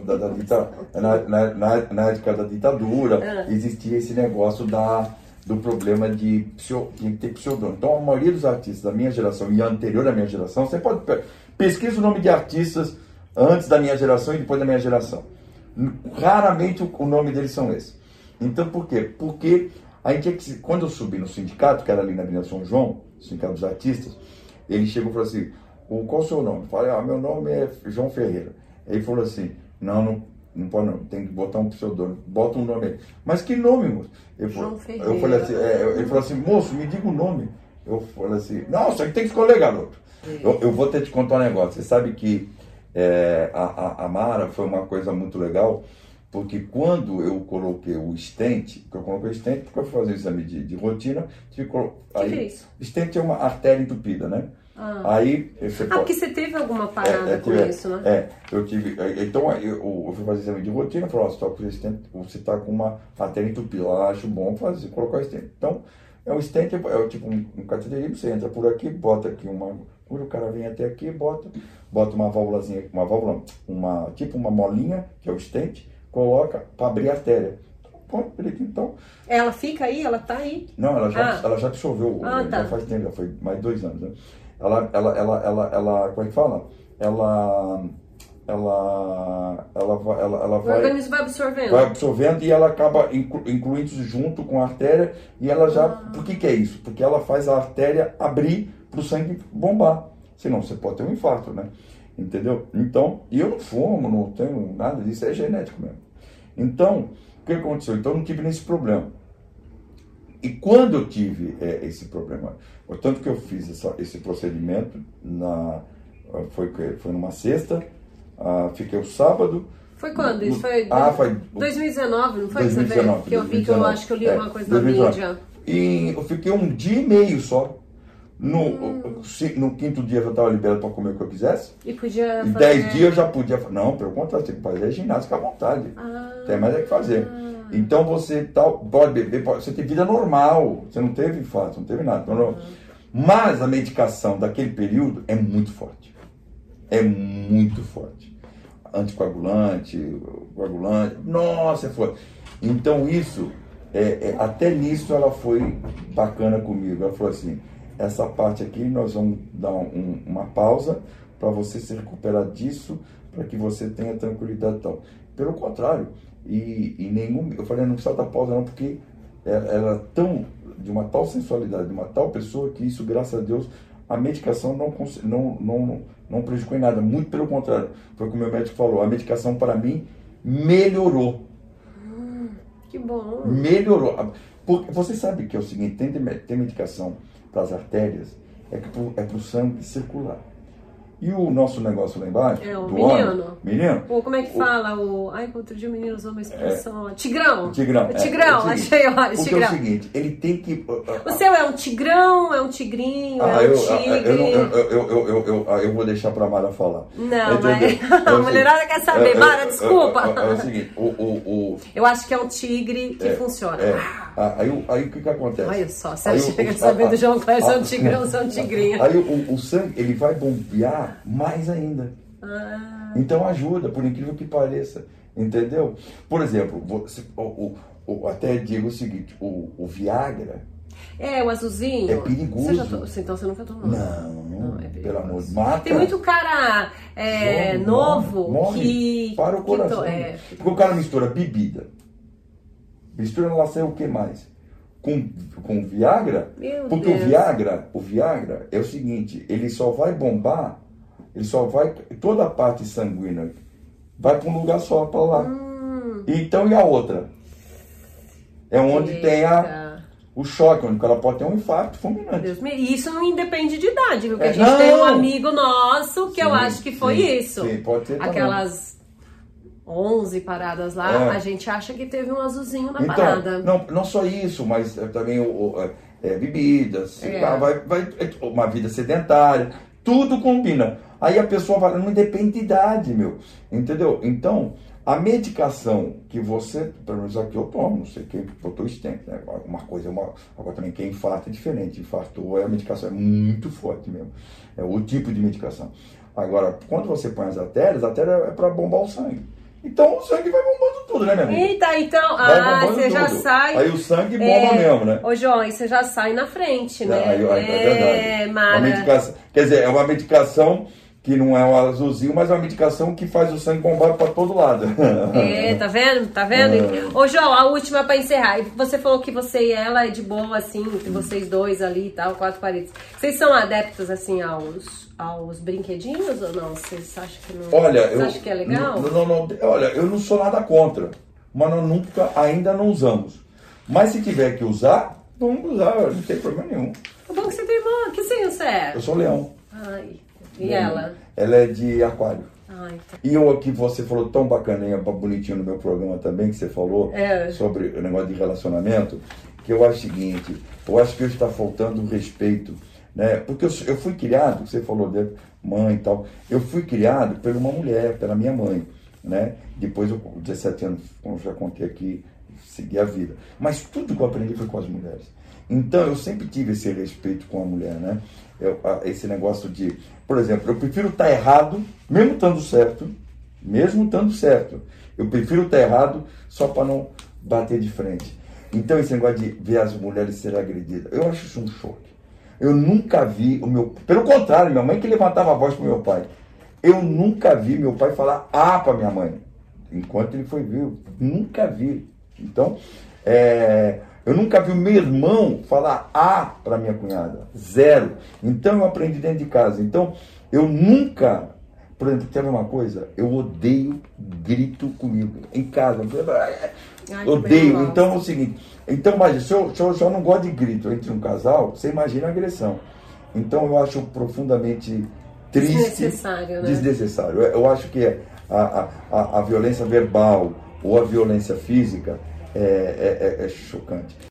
[SPEAKER 2] na época da ditadura, existia esse negócio do problema de ter pseudônimo. Então, a maioria dos artistas da minha geração e anterior à minha geração, você pode pesquisa o nome de artistas antes da minha geração e depois da minha geração. Raramente o nome deles são esses. Então, por quê? Porque a gente, quando eu subi no sindicato, que era ali na Avenida São João, Sindicato dos Artistas, ele chegou e falou assim, qual o seu nome? Eu falei, meu nome é João Ferreira. Ele falou assim, não pode não, tem que botar um pseudônimo, bota um nome aí. Mas que nome, moço?
[SPEAKER 1] João Ferreira.
[SPEAKER 2] Eu falei assim, ele falou assim, moço, me diga o nome. Eu falei assim, não, isso aqui tem que escolher, garoto. Eu vou ter que te contar um negócio. Você sabe que a Mara foi uma coisa muito legal, porque quando eu coloquei o stent, porque eu fui fazer o exame de rotina, que é isso? Stent é uma artéria entupida, né? Aí
[SPEAKER 1] porque você teve alguma parada com isso, né?
[SPEAKER 2] Eu tive. Então eu fui fazer o exame de rotina, falou, você está com uma artéria entupida, eu acho bom fazer, colocar o stent. Então, o stent é tipo um cateterismo, você entra por aqui, bota aqui quando o cara vem até aqui, bota uma válvulazinha, tipo uma molinha, que é o stent, coloca para abrir a artéria. Então,
[SPEAKER 1] ela fica aí? Ela tá aí?
[SPEAKER 2] Não, ela já absorveu, já faz tempo, já foi mais de 2 anos, né? Ela, como é que fala? Ela
[SPEAKER 1] vai... O organismo vai absorvendo.
[SPEAKER 2] Vai absorvendo e ela acaba incluindo junto com a artéria e ela já... Por que é isso? Porque ela faz a artéria abrir para o sangue bombar. Senão você pode ter um infarto, né? Entendeu? Então, e eu não fumo, não tenho nada disso, é genético mesmo. Então, o que aconteceu? Então eu não tive nesse problema. E quando eu tive esse problema, tanto que eu fiz esse procedimento, foi numa sexta, fiquei o sábado.
[SPEAKER 1] Foi quando? Isso foi 2019, não foi?
[SPEAKER 2] 2019.
[SPEAKER 1] Que eu vi, que eu acho que eu li alguma coisa na mídia.
[SPEAKER 2] E eu fiquei 1 dia e meio só. No 5º dia eu já estava liberado para comer o que eu quisesse.
[SPEAKER 1] E podia
[SPEAKER 2] fazer... 10 dias eu já podia... Não, pelo contrário, você tem que fazer ginástica à vontade. Tem mais que fazer. Então você pode beber, você tem vida normal. Você não teve infarto, não teve nada. Mas a medicação daquele período é muito forte. É muito forte. Anticoagulante, coagulante, nossa, é forte. Então isso, até nisso ela foi bacana comigo. Ela falou assim, essa parte aqui nós vamos dar uma pausa para você se recuperar disso, para que você tenha tranquilidade e tal. Pelo contrário, eu falei, não precisa dar pausa não, porque ela de uma tal sensualidade, de uma tal pessoa, que isso, graças a Deus, a medicação não prejudicou em nada. Muito pelo contrário, foi o que o meu médico falou, a medicação para mim melhorou.
[SPEAKER 1] Que bom.
[SPEAKER 2] Melhorou. Porque você sabe que é o seguinte, tem medicação para as artérias, é para o sangue circular. E o nosso negócio lá embaixo,
[SPEAKER 1] o
[SPEAKER 2] do
[SPEAKER 1] menino.
[SPEAKER 2] Menino?
[SPEAKER 1] Ou como é que fala? Outro dia o menino usou uma expressão. Tigrão.
[SPEAKER 2] Tigrão.
[SPEAKER 1] Achei ótimo.
[SPEAKER 2] Porque
[SPEAKER 1] tigrão.
[SPEAKER 2] é o seguinte, ele tem que...
[SPEAKER 1] O seu é um tigrão, é um tigrinho, é um tigre?
[SPEAKER 2] Eu vou deixar para a Mara falar.
[SPEAKER 1] Não, mas a mulherada quer saber. Mara, desculpa.
[SPEAKER 2] É o seguinte,
[SPEAKER 1] eu acho que é um tigre que funciona.
[SPEAKER 2] Aí o que acontece?
[SPEAKER 1] Olha só, você chega sabendo do João Cléber, se é um tigrão, se é um tigrinho.
[SPEAKER 2] Aí o sangue, ele vai bombear mais ainda. Então ajuda, por incrível que pareça. Entendeu? Por exemplo, até digo o seguinte, o Viagra...
[SPEAKER 1] o azulzinho.
[SPEAKER 2] É perigoso.
[SPEAKER 1] Então você nunca tomou?
[SPEAKER 2] Não, pelo amor de Deus. Mata.
[SPEAKER 1] Tem muito cara novo
[SPEAKER 2] morre,
[SPEAKER 1] que...
[SPEAKER 2] Para o coração. Porque o cara mistura bebida. Mistura, ela sei o que mais? Com Viagra? Porque o Viagra é o seguinte, ele só vai bombar, toda a parte sanguínea vai para um lugar só, para lá. Então, e a outra? É onde tem o choque, onde ela pode ter um infarto fulminante.
[SPEAKER 1] E isso não independe de idade, viu? Porque a gente tem um amigo nosso que eu acho que foi isso.
[SPEAKER 2] Sim, pode ser
[SPEAKER 1] aquelas 11 paradas lá, a gente acha que teve um azulzinho na parada.
[SPEAKER 2] Não só isso, mas também bebidas, uma vida sedentária, tudo combina. Aí a pessoa vai, não depende de idade, entendeu? Então, a medicação que você, pelo menos aqui eu tomo, não sei quem botou stent, né? Agora também quem infarta é diferente, infartou, a medicação é muito forte mesmo, é o tipo de medicação. Agora, quando você põe as artérias é para bombar o sangue. Então o sangue vai bombando tudo, né, minha amiga?
[SPEAKER 1] Eita, então, você já sai...
[SPEAKER 2] Aí o sangue bomba mesmo, né?
[SPEAKER 1] Ô, João, aí você já sai na frente, né?
[SPEAKER 2] É verdade.
[SPEAKER 1] Mara.
[SPEAKER 2] Quer dizer, é uma medicação que não é um azulzinho, mas é uma medicação que faz o sangue bombar para todo lado.
[SPEAKER 1] Tá vendo? Ô, João, a última para encerrar. Você falou que você e ela é de boa, assim, entre vocês dois ali e tal, 4 paredes. Vocês são adeptos, assim, aos brinquedinhos ou não? Vocês acham que não?
[SPEAKER 2] Olha,
[SPEAKER 1] Você acha que é legal?
[SPEAKER 2] Não, olha, eu não sou nada contra, mas nós ainda não usamos. Mas se tiver que usar, vamos usar, não tem problema nenhum.
[SPEAKER 1] É bom que você tem irmã. Que signo você é?
[SPEAKER 2] Eu sou leão.
[SPEAKER 1] Ai, e ela?
[SPEAKER 2] Ela é de aquário.
[SPEAKER 1] Tá.
[SPEAKER 2] E eu aqui, você falou tão bacaninha, bonitinho no meu programa também, que você falou sobre o negócio de relacionamento, que eu acho o seguinte, eu acho que hoje está faltando respeito, né? Porque eu fui criado, você falou de mãe e tal, eu fui criado por uma mulher, pela minha mãe, né? Depois, com 17 anos, como eu já contei aqui, segui a vida. Mas tudo que eu aprendi foi com as mulheres. Então, eu sempre tive esse respeito com a mulher, né? Esse negócio de, por exemplo, eu prefiro estar errado, mesmo estando certo. Eu prefiro estar errado só para não bater de frente. Então, esse negócio de ver as mulheres serem agredidas, eu acho isso um choque. Eu nunca vi pelo contrário, minha mãe que levantava a voz para o meu pai. Eu nunca vi meu pai falar para minha mãe, enquanto ele foi vivo. Nunca vi. Então, eu nunca vi o meu irmão falar para minha cunhada. Zero. Então, eu aprendi dentro de casa. Então, eu nunca... Por exemplo, quer ver uma coisa? Eu odeio grito comigo. Em casa. Odeio. Então, é o seguinte... Então, imagina, se eu não gosto de grito entre um casal, você imagina a agressão. Então, eu acho profundamente triste... Desnecessário, né? Desnecessário. Eu acho que a violência verbal ou a violência física é chocante.